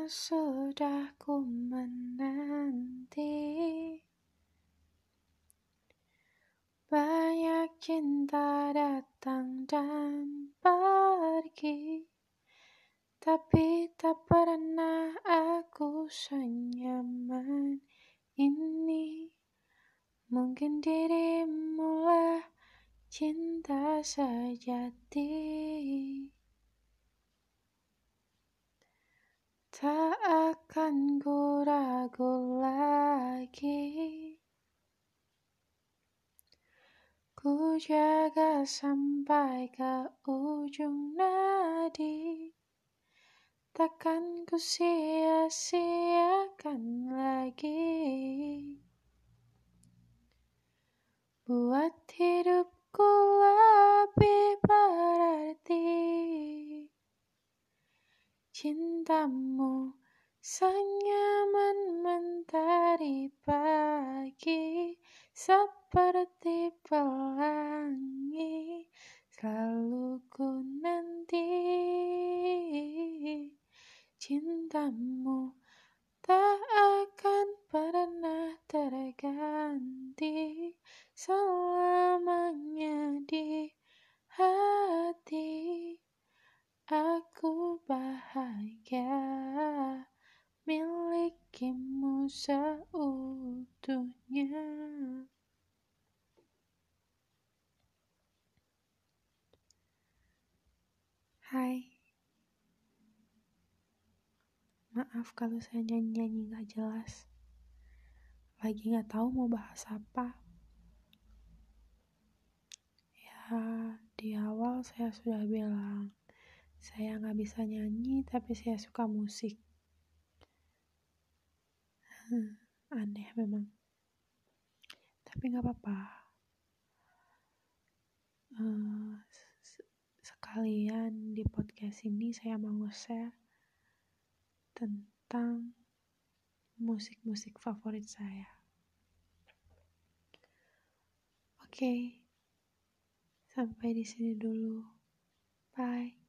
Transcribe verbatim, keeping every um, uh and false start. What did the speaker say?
sudah ku menanti. Banyak cinta datang dan pergi, tapi tak pernah aku senyaman ini. Mungkin dirimulah cinta sejati. Tak akan ku ragu lagi, ku jaga sampai ke ujung nadi. Takkan ku sia-siakan lagi, buat hidupku lebih berarti. Cintamu senyaman mentari pagi, seperti pelangi selalu ku nanti. Cintamu tak akan pernah terganti, selamanya di hati. Aku bahagia milikimu seutuhnya. Hai, maaf kalau saya nyanyi-nyanyi gak jelas. Lagi gak tahu mau bahas apa. Ya, di awal saya sudah bilang saya gak bisa nyanyi, tapi saya suka musik. Hmm, aneh memang. Tapi gak apa-apa. Uh, sekalian di podcast ini saya mau share tentang musik-musik favorit saya. Oke, sampai di sini dulu. Bye.